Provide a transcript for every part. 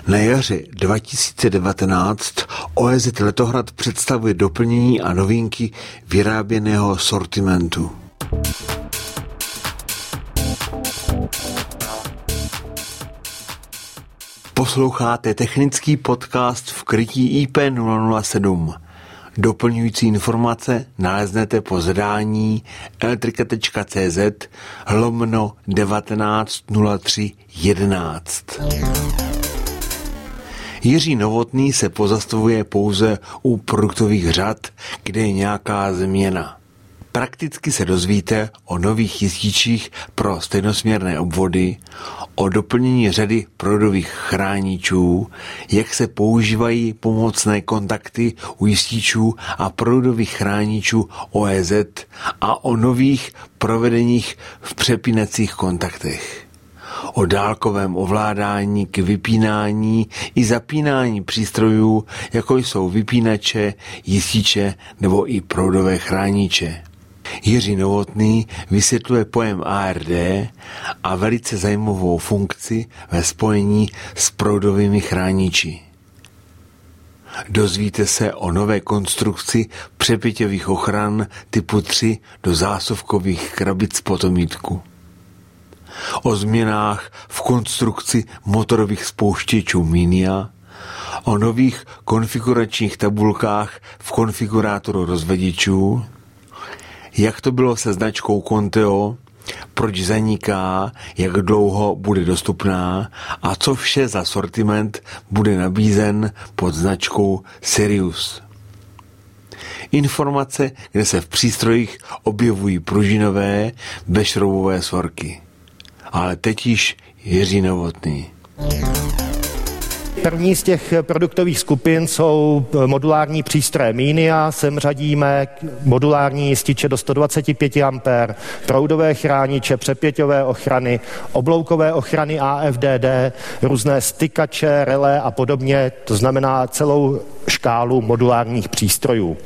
Na jaře 2019 OEZ Letohrad představuje doplnění a novinky vyráběného sortimentu. Posloucháte technický podcast v krytí IP007. Doplňující informace naleznete po zadání elektrika.cz/190311. Jiří Novotný se pozastavuje pouze u produktových řad, kde je nějaká změna. Prakticky se dozvíte o nových jističích pro stejnosměrné obvody, o doplnění řady proudových chráničů, jak se používají pomocné kontakty u jističů a proudových chráničů OEZ a o nových provedeních v přepínacích kontaktech. O dálkovém ovládání k vypínání i zapínání přístrojů, jako jsou vypínače, jističe nebo i proudové chrániče. Jiří Novotný vysvětluje pojem ARD a velice zajímavou funkci ve spojení s proudovými chrániči. Dozvíte se o nové konstrukci přepěťových ochran typu 3 do zásuvkových krabic potomítku. O změnách v konstrukci motorových spouštěčů Minia, o nových konfiguračních tabulkách v konfigurátoru rozvaděčů, jak to bylo se značkou Conteo, proč zaniká, jak dlouho bude dostupná a co vše za sortiment bude nabízen pod značkou Sirius. Informace, kde se v přístrojích objevují pružinové bezšroubové svorky. Ale teď již Jiří Novotný. První z těch produktových skupin jsou modulární přístroje Minia, sem řadíme modulární jističe do 125 A, proudové chrániče, přepěťové ochrany, obloukové ochrany AFDD, různé stykače, relé a podobně, to znamená celou škálu modulárních přístrojů.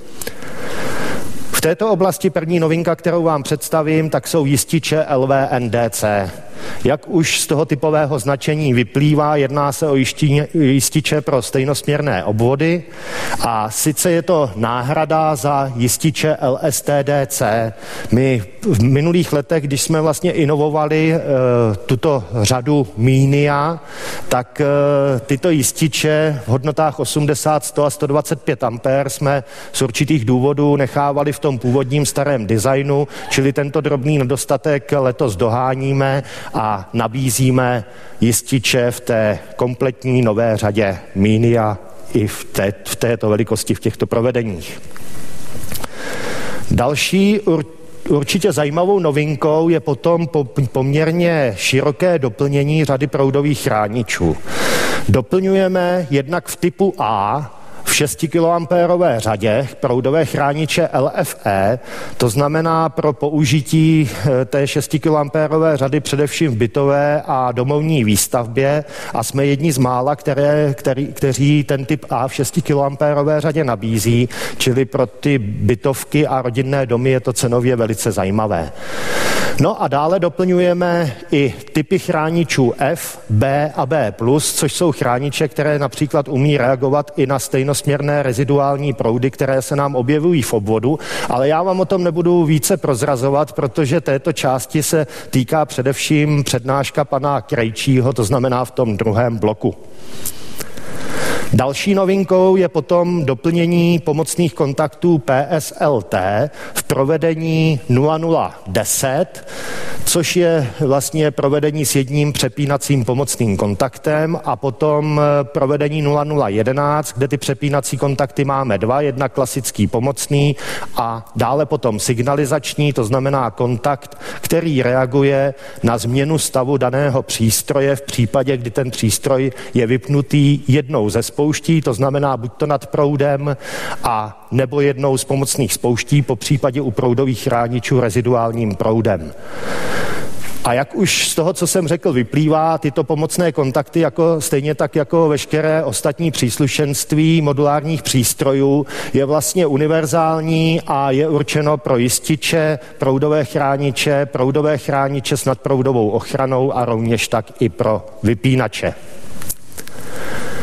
V této oblasti první novinka, kterou vám představím, tak jsou jističe LVNDC. Jak už z toho typového značení vyplývá, jedná se o jističe pro stejnosměrné obvody a sice je to náhrada za jističe LSTDC. My v minulých letech, když jsme vlastně inovovali tuto řadu Minia, tak tyto jističe v hodnotách 80, 100 a 125 A jsme z určitých důvodů nechávali v tom původním starém designu, čili tento drobný nedostatek letos doháníme a nabízíme jističe v té kompletní nové řadě Minia i v této velikosti v těchto provedeních. Další určitě zajímavou novinkou je potom poměrně široké doplnění řady proudových chráničů. Doplňujeme jednak v typu A v 6 kA řadě proudové chrániče LFE, to znamená pro použití té 6 kA řady především v bytové a domovní výstavbě a jsme jedni z mála, kteří ten typ A v 6 kA řadě nabízí, čili pro ty bytovky a rodinné domy je to cenově velice zajímavé. No a dále doplňujeme i typy chráničů F, B a B+, což jsou chrániče, které například umí reagovat i na stejnosměrné reziduální proudy, které se nám objevují v obvodu, ale já vám o tom nebudu více prozrazovat, protože této části se týká především přednáška pana Krejčího, to znamená v tom druhém bloku. Další novinkou je potom doplnění pomocných kontaktů PSLT v provedení 0010, což je vlastně provedení s jedním přepínacím pomocným kontaktem a potom provedení 0011, kde ty přepínací kontakty máme dva, jedna klasický pomocný a dále potom signalizační, to znamená kontakt, který reaguje na změnu stavu daného přístroje v případě, kdy ten přístroj je vypnutý jednou ze spouští, to znamená buď to nad proudem a nebo jednou z pomocných spouští, po případě u proudových chráničů reziduálním proudem. A jak už z toho, co jsem řekl, vyplývá, tyto pomocné kontakty stejně tak jako veškeré ostatní příslušenství modulárních přístrojů je vlastně univerzální a je určeno pro jističe, proudové chrániče s nadproudovou ochranou a rovněž tak i pro vypínače.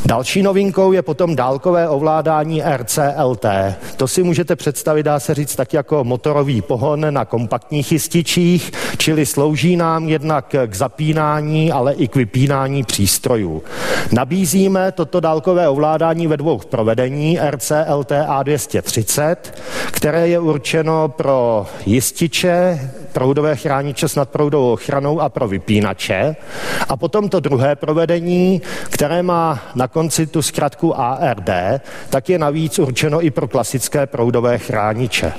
Další novinkou je potom dálkové ovládání RCLT. To si můžete představit, dá se říct, tak jako motorový pohon na kompaktních jističích, čili slouží nám jednak k zapínání, ale i k vypínání přístrojů. Nabízíme toto dálkové ovládání ve dvou provedení RCLT A230, které je určeno pro jističe, proudové chrániče s nadproudovou ochranou a pro vypínače. A potom to druhé provedení, které má na konci tu zkratku ARD, tak je navíc určeno i pro klasické proudové chrániče.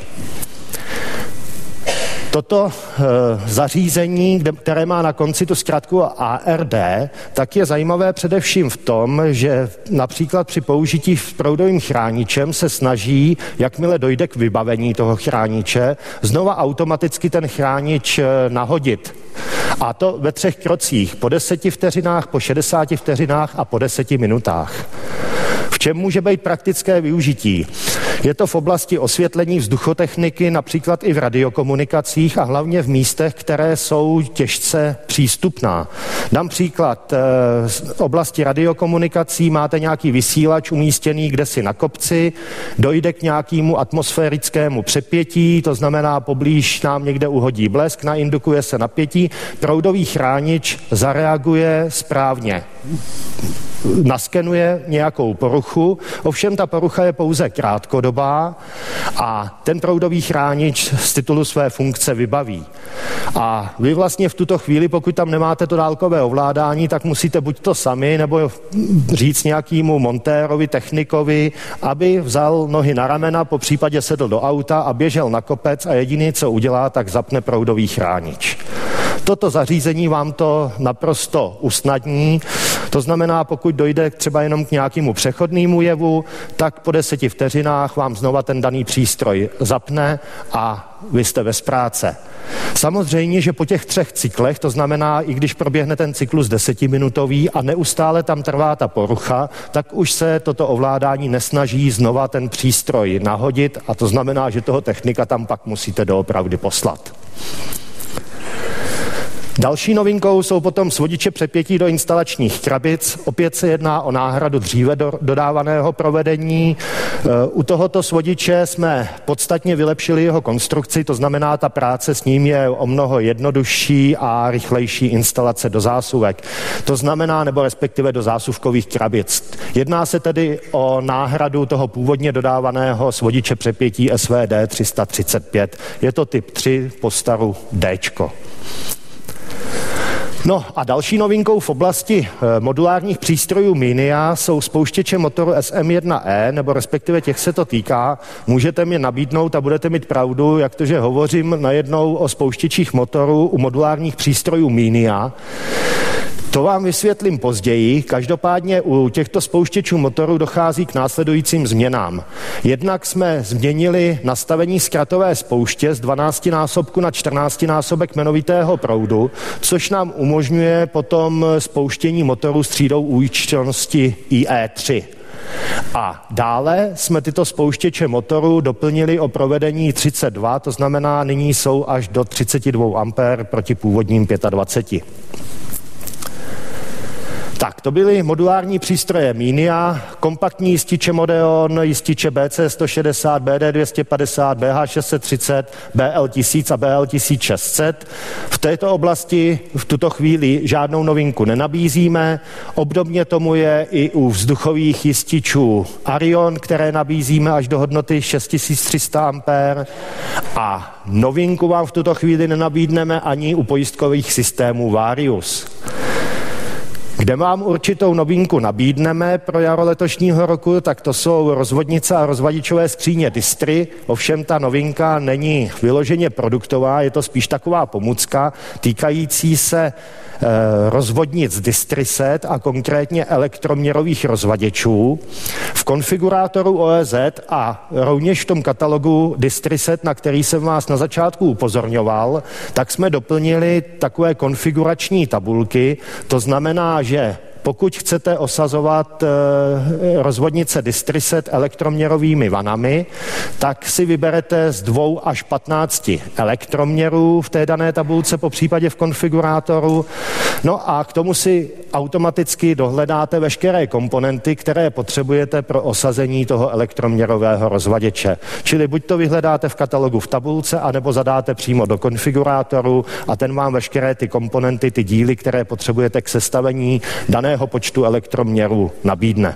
Toto zařízení, které má na konci tu zkratku ARD, tak je zajímavé především v tom, že například při použití s proudovým chráničem se snaží, jakmile dojde k vybavení toho chrániče, znova automaticky ten chránič nahodit. A to ve 3 krocích, po 10 vteřinách, po 60 vteřinách a po 10 minutách. V čem může být praktické využití? Je to v oblasti osvětlení vzduchotechniky, například i v radiokomunikacích a hlavně v místech, které jsou těžce přístupná. Dám příklad. V oblasti radiokomunikací máte nějaký vysílač umístěný kdesi na kopci, dojde k nějakému atmosférickému přepětí, to znamená poblíž nám někde uhodí blesk, naindukuje se napětí, proudový chránič zareaguje správně. Naskenuje nějakou poruchu, ovšem ta porucha je pouze krátkodobá a ten proudový chránič z titulu své funkce vybaví. A vy vlastně v tuto chvíli, pokud tam nemáte to dálkové ovládání, tak musíte buď to sami, nebo říct nějakému montérovi, technikovi, aby vzal nohy na ramena, po případě sedl do auta a běžel na kopec a jediný, co udělá, tak zapne proudový chránič. Toto zařízení vám to naprosto usnadní, to znamená, pokud dojde třeba jenom k nějakému přechodnému jevu, tak po 10 vteřinách vám znova ten daný přístroj zapne a vy jste bez práce. Samozřejmě, že po těch 3 cyklech, to znamená, i když proběhne ten cyklus 10minutový a neustále tam trvá ta porucha, tak už se toto ovládání nesnaží znova ten přístroj nahodit a to znamená, že toho technika tam pak musíte doopravdy poslat. Další novinkou jsou potom svodiče přepětí do instalačních krabic. Opět se jedná o náhradu dříve dodávaného provedení. U tohoto svodiče jsme podstatně vylepšili jeho konstrukci, to znamená, ta práce s ním je o mnoho jednodušší a rychlejší instalace do zásuvek. To znamená, nebo respektive do zásuvkových krabic. Jedná se tedy o náhradu toho původně dodávaného svodiče přepětí SVD 335. Je to typ 3 po staru Dčko. No a další novinkou v oblasti modulárních přístrojů Minia jsou spouštěče motoru SM1E, nebo respektive těch se to týká. Můžete mi nabídnout a budete mít pravdu, jak to, že hovořím najednou o spouštěčích motorů u modulárních přístrojů Minia. To vám vysvětlím později. Každopádně u těchto spouštěčů motoru dochází k následujícím změnám. Jednak jsme změnili nastavení zkratové spouště z 12násobku na 14násobek jmenovitého proudu, což nám umožňuje potom spouštění motoru s třídou účinnosti IE3. A dále jsme tyto spouštěče motoru doplnili o provedení 32, to znamená, nyní jsou až do 32 A proti původním 25. Tak, to byly modulární přístroje Minia, kompaktní jističe Modeon, jističe BC160, BD250, BH630, BL1000 a BL1600. V této oblasti v tuto chvíli žádnou novinku nenabízíme. Obdobně tomu je i u vzduchových jističů Arion, které nabízíme až do hodnoty 6300 A. A novinku vám v tuto chvíli nenabídneme ani u pojistkových systémů Varius. Kde vám určitou novinku nabídneme pro jaro letošního roku, tak to jsou rozvodnice a rozvadičové skříně Distry. Ovšem ta novinka není vyloženě produktová, je to spíš taková pomůcka týkající se rozvodnic Distryset a konkrétně elektroměrových rozvaděčů. V konfigurátoru OEZ a rovněž v tom katalogu Distryset, na který jsem vás na začátku upozorňoval, tak jsme doplnili takové konfigurační tabulky. To znamená, že pokud chcete osazovat rozvodnice Distryset elektroměrovými vanami, tak si vyberete z 2 až 15 elektroměrů v té dané tabulce, po případě v konfigurátoru. No a k tomu si automaticky dohledáte veškeré komponenty, které potřebujete pro osazení toho elektroměrového rozvaděče. Čili buď to vyhledáte v katalogu v tabulce, anebo zadáte přímo do konfigurátoru a ten vám veškeré ty komponenty, ty díly, které potřebujete k sestavení daného počtu elektroměrů nabídne.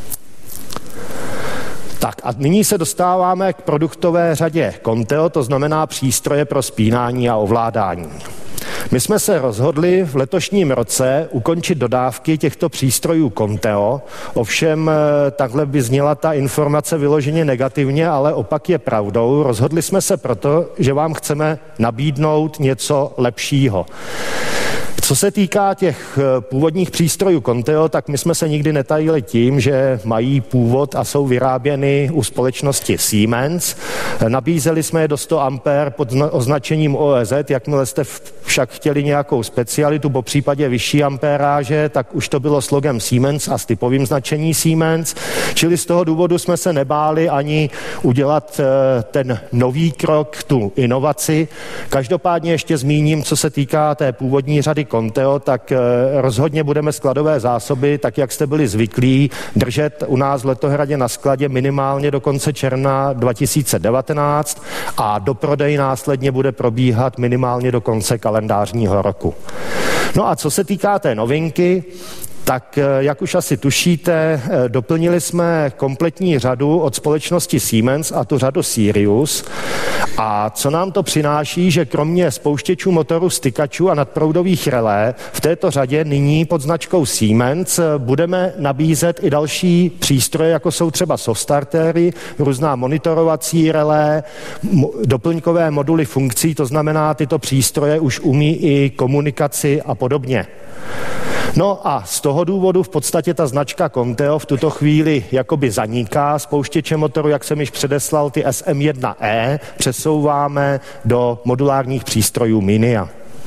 Tak a nyní se dostáváme k produktové řadě Conteo, to znamená přístroje pro spínání a ovládání. My jsme se rozhodli v letošním roce ukončit dodávky těchto přístrojů Conteo, ovšem takhle by zněla ta informace vyloženě negativně, ale opak je pravdou. Rozhodli jsme se proto, že vám chceme nabídnout něco lepšího. Co se týká těch původních přístrojů Conteo, tak my jsme se nikdy netajili tím, že mají původ a jsou vyráběny u společnosti Siemens. Nabízeli jsme je do 100 A pod označením OEZ, jakmile jste však chtěli nějakou specialitu, po případě vyšší ampéráže, tak už to bylo s logem Siemens a s typovým značení Siemens. Čili z toho důvodu jsme se nebáli ani udělat ten nový krok, tu inovaci. Každopádně ještě zmíním, co se týká té původní řady Conteo, tak rozhodně budeme skladové zásoby, tak jak jste byli zvyklí, držet u nás v Letohradě na skladě minimálně do konce června 2019 a doprodej následně bude probíhat minimálně do konce kalendářního roku. No a co se týká té novinky, tak jak už asi tušíte, doplnili jsme kompletní řadu od společnosti Siemens a tu řadu Sirius. A co nám to přináší, že kromě spouštěčů motoru, stykačů a nadproudových relé v této řadě nyní pod značkou Siemens budeme nabízet i další přístroje, jako jsou třeba softstartery, různá monitorovací relé, doplňkové moduly funkcí, to znamená, tyto přístroje už umí i komunikaci a podobně. No a z toho důvodu v podstatě ta značka Conteo v tuto chvíli jakoby zaniká. Spouštěče motoru, jak jsem již předeslal, ty SM1E, přesouváme do modulárních přístrojů Minia.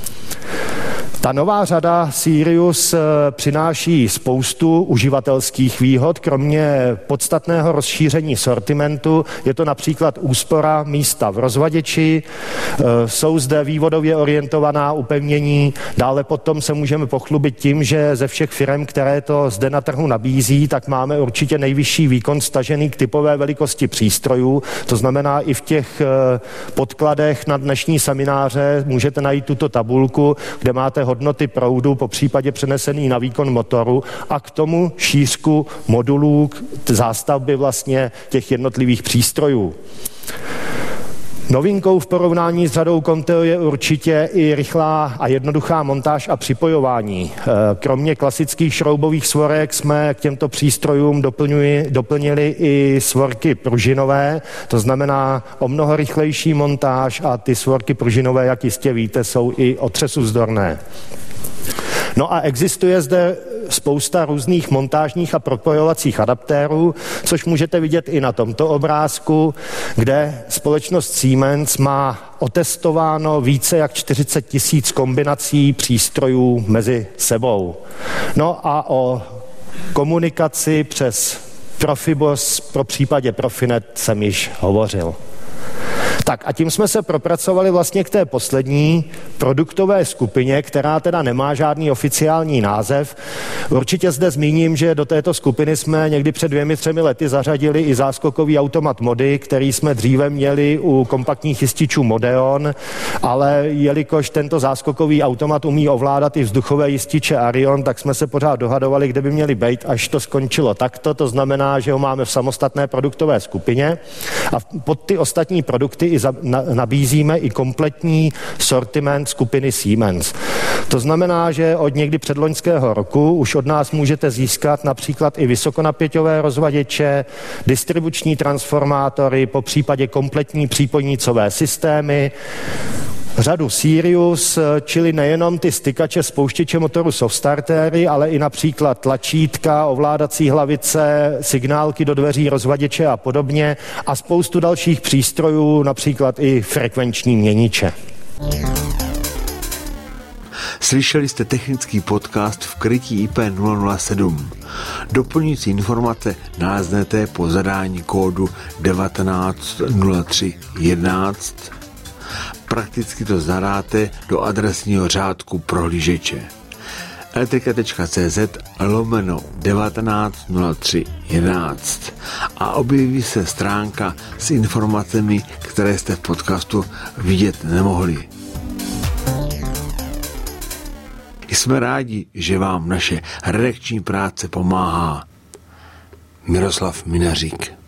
Ta nová řada Sirius přináší spoustu uživatelských výhod, kromě podstatného rozšíření sortimentu. Je to například úspora místa v rozvaděči, jsou zde vývodově orientovaná upevnění, dále potom se můžeme pochlubit tím, že ze všech firem, které to zde na trhu nabízí, tak máme určitě nejvyšší výkon stažený k typové velikosti přístrojů. To znamená, i v těch podkladech na dnešní semináře můžete najít tuto tabulku, kde máte hodnoty proudu, po případě přenesený na výkon motoru a k tomu šířku modulů zástavby vlastně těch jednotlivých přístrojů. Novinkou v porovnání s řadou Conteo je určitě i rychlá a jednoduchá montáž a připojování. Kromě klasických šroubových svorek jsme k těmto přístrojům doplnili i svorky pružinové, to znamená o mnoho rychlejší montáž a ty svorky pružinové, jak jistě víte, jsou i otřesuvzdorné. No a existuje zde spousta různých montážních a propojovacích adaptérů, což můžete vidět i na tomto obrázku, kde společnost Siemens má otestováno více jak 40 000 kombinací přístrojů mezi sebou. No a o komunikaci přes Profibus, pro případě Profinet, jsem již hovořil. Tak a tím jsme se propracovali vlastně k té poslední produktové skupině, která teda nemá žádný oficiální název. Určitě zde zmíním, že do této skupiny jsme někdy před 2-3 lety zařadili i záskokový automat Mody, který jsme dříve měli u kompaktních jističů Modeon, ale jelikož tento záskokový automat umí ovládat i vzduchové jističe Arion, tak jsme se pořád dohadovali, kde by měli být, až to skončilo takto. To znamená, že ho máme v samostatné produktové skupině a pod ty ostatní produkty nabízíme i kompletní sortiment skupiny Siemens. To znamená, že od někdy předloňského roku už od nás můžete získat například i vysokonapěťové rozvaděče, distribuční transformátory, po případě kompletní přípojnicové systémy, řadu Sirius, čili nejenom ty stykače, spouštěče motoru, softstartery, ale i například tlačítka, ovládací hlavice, signálky do dveří, rozvaděče a podobně a spoustu dalších přístrojů, například i frekvenční měniče. Slyšeli jste technický podcast v krytí IP007. Doplňující informace naleznete po zadání kódu 190311. Prakticky to zadáte do adresního řádku prohlížeče. elektrika.cz/190311 a objeví se stránka s informacemi, které jste v podcastu vidět nemohli. Jsme rádi, že vám naše redakční práce pomáhá. Miroslav Minařík.